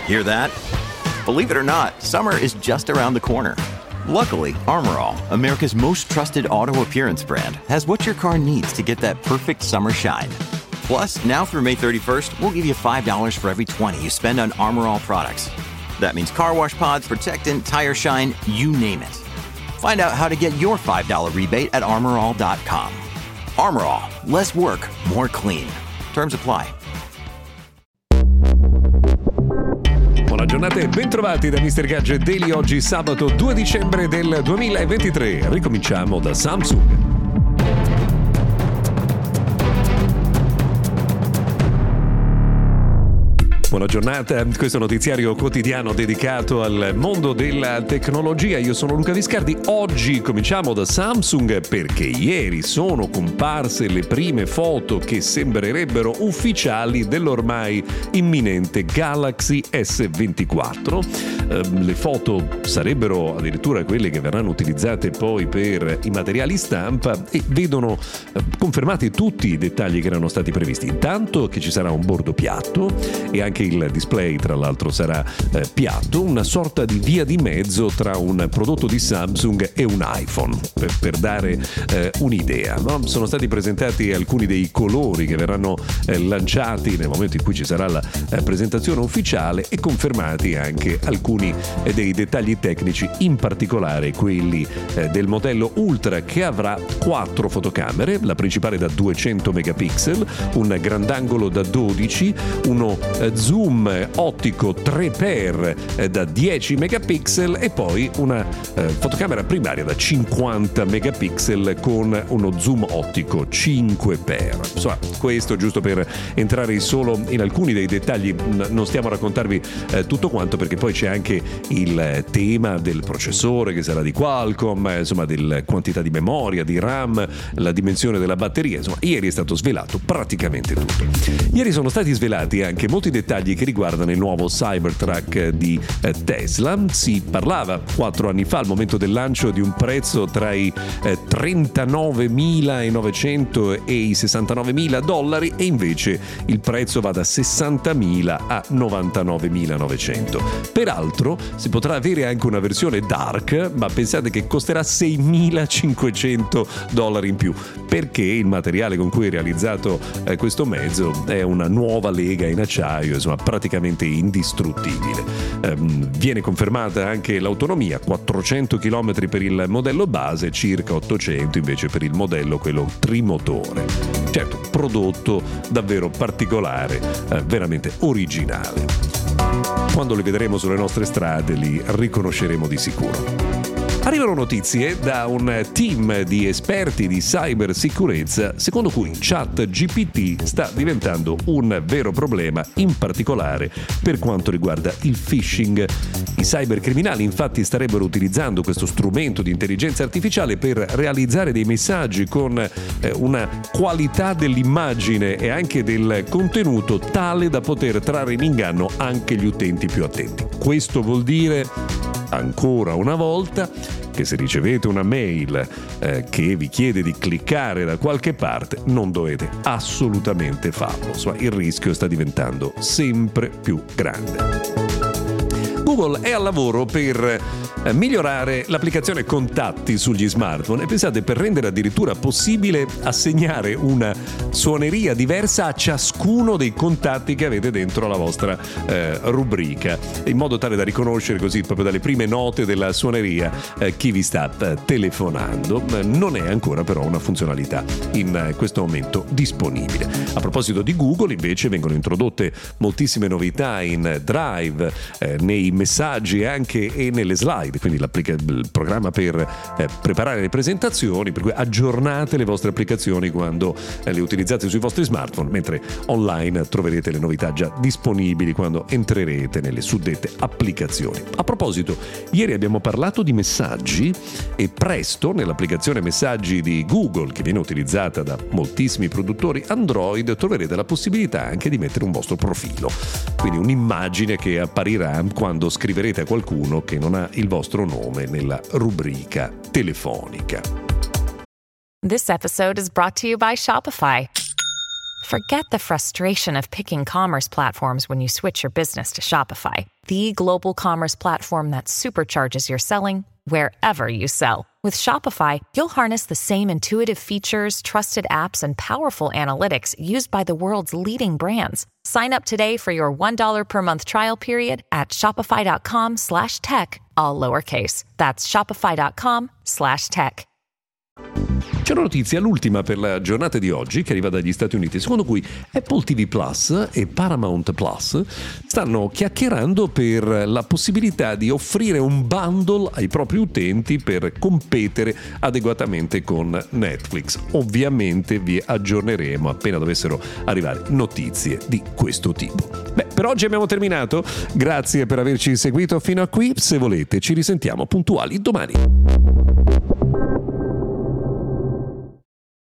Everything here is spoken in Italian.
Hear that? Believe it or not, summer is just around the corner. Luckily, Armor All, America's most trusted auto appearance brand, has what your car needs to get that perfect summer shine. Plus, now through May 31st, we'll give you $5 for every $20 you spend on Armor All products. That means car wash pods, protectant, tire shine, you name it. Find out how to get your $5 rebate at armorall.com. Armor All, less work, more clean. Terms apply. Buona giornata e bentrovati da Mr. Gadget Daily. Oggi sabato 2 dicembre del 2023. Ricominciamo da Samsung. Buona giornata, questo è un notiziario quotidiano dedicato al mondo della tecnologia. Io sono Luca Viscardi. Oggi cominciamo da Samsung perché ieri sono comparse le prime foto che sembrerebbero ufficiali dell'ormai imminente Galaxy S24. Le foto sarebbero addirittura quelle che verranno utilizzate poi per i materiali stampa e vedono confermati tutti i dettagli che erano stati previsti. Intanto che ci sarà un bordo piatto e anche il display tra l'altro sarà piatto, una sorta di via di mezzo tra un prodotto di Samsung e un iPhone, per dare un'idea, no? Sono stati presentati alcuni dei colori che verranno lanciati nel momento in cui ci sarà la presentazione ufficiale e confermati anche alcuni dei dettagli tecnici, in particolare quelli del modello Ultra, che avrà 4 fotocamere, la principale da 200 megapixel, un grandangolo da 12, uno zoom ottico 3x da 10 megapixel e poi una fotocamera primaria da 50 megapixel con uno zoom ottico 5x. Insomma, questo giusto per entrare solo in alcuni dei dettagli, non stiamo a raccontarvi tutto quanto, perché poi c'è anche il tema del processore che sarà di Qualcomm, insomma della quantità di memoria, di RAM, la dimensione della batteria. Insomma, ieri è stato svelato praticamente tutto. Ieri sono stati svelati anche molti dettagli che riguardano il nuovo Cybertruck di Tesla. Si parlava 4 anni fa, al momento del lancio, di un prezzo tra i $39.900 e i $69.000, e invece il prezzo va da $60.000 a $99.900. Peraltro si potrà avere anche una versione dark, ma pensate che costerà $6.500 in più, perché il materiale con cui è realizzato questo mezzo è una nuova lega in acciaio, insomma praticamente indistruttibile. Viene confermata anche l'autonomia, 400 km per il modello base, circa 800 invece per il modello quello trimotore. Certo, prodotto davvero particolare, veramente originale. Quando li vedremo sulle nostre strade li riconosceremo di sicuro. Arrivano notizie da un team di esperti di cybersicurezza secondo cui ChatGPT sta diventando un vero problema, in particolare per quanto riguarda il phishing. I cybercriminali infatti starebbero utilizzando questo strumento di intelligenza artificiale per realizzare dei messaggi con una qualità dell'immagine e anche del contenuto tale da poter trarre in inganno anche gli utenti più attenti. Questo vuol dire, ancora una volta, che se ricevete una mail che vi chiede di cliccare da qualche parte, non dovete assolutamente farlo. Insomma, il rischio sta diventando sempre più grande. Google è al lavoro per migliorare l'applicazione Contatti sugli smartphone e pensate, per rendere addirittura possibile assegnare una suoneria diversa a ciascuno dei contatti che avete dentro la vostra rubrica, in modo tale da riconoscere così proprio dalle prime note della suoneria chi vi sta telefonando. Non è ancora però una funzionalità in questo momento disponibile. A proposito di Google, invece, vengono introdotte moltissime novità in Drive, nei messaggi e nelle slide, quindi il programma per preparare le presentazioni, per cui aggiornate le vostre applicazioni quando le utilizzate sui vostri smartphone, mentre online troverete le novità già disponibili quando entrerete nelle suddette applicazioni. A proposito, ieri abbiamo parlato di messaggi e presto nell'applicazione messaggi di Google, che viene utilizzata da moltissimi produttori Android, troverete la possibilità anche di mettere un vostro profilo, quindi un'immagine che apparirà quando scriverete a qualcuno che non ha il vostro nome nella rubrica telefonica. This episode is brought to you by Shopify. Forget the frustration of picking commerce platforms when you switch your business to Shopify, the global commerce platform that supercharges your selling wherever you sell. With Shopify, you'll harness the same intuitive features, trusted apps, and powerful analytics used by the world's leading brands. Sign up today for your $1 per month trial period at shopify.com/tech, all lowercase. That's shopify.com/tech. C'è una notizia, l'ultima per la giornata di oggi, che arriva dagli Stati Uniti, secondo cui Apple TV Plus e Paramount Plus stanno chiacchierando per la possibilità di offrire un bundle ai propri utenti per competere adeguatamente con Netflix. Ovviamente vi aggiorneremo appena dovessero arrivare notizie di questo tipo. Per oggi abbiamo terminato. Grazie per averci seguito fino a qui. Se volete, ci risentiamo puntuali domani.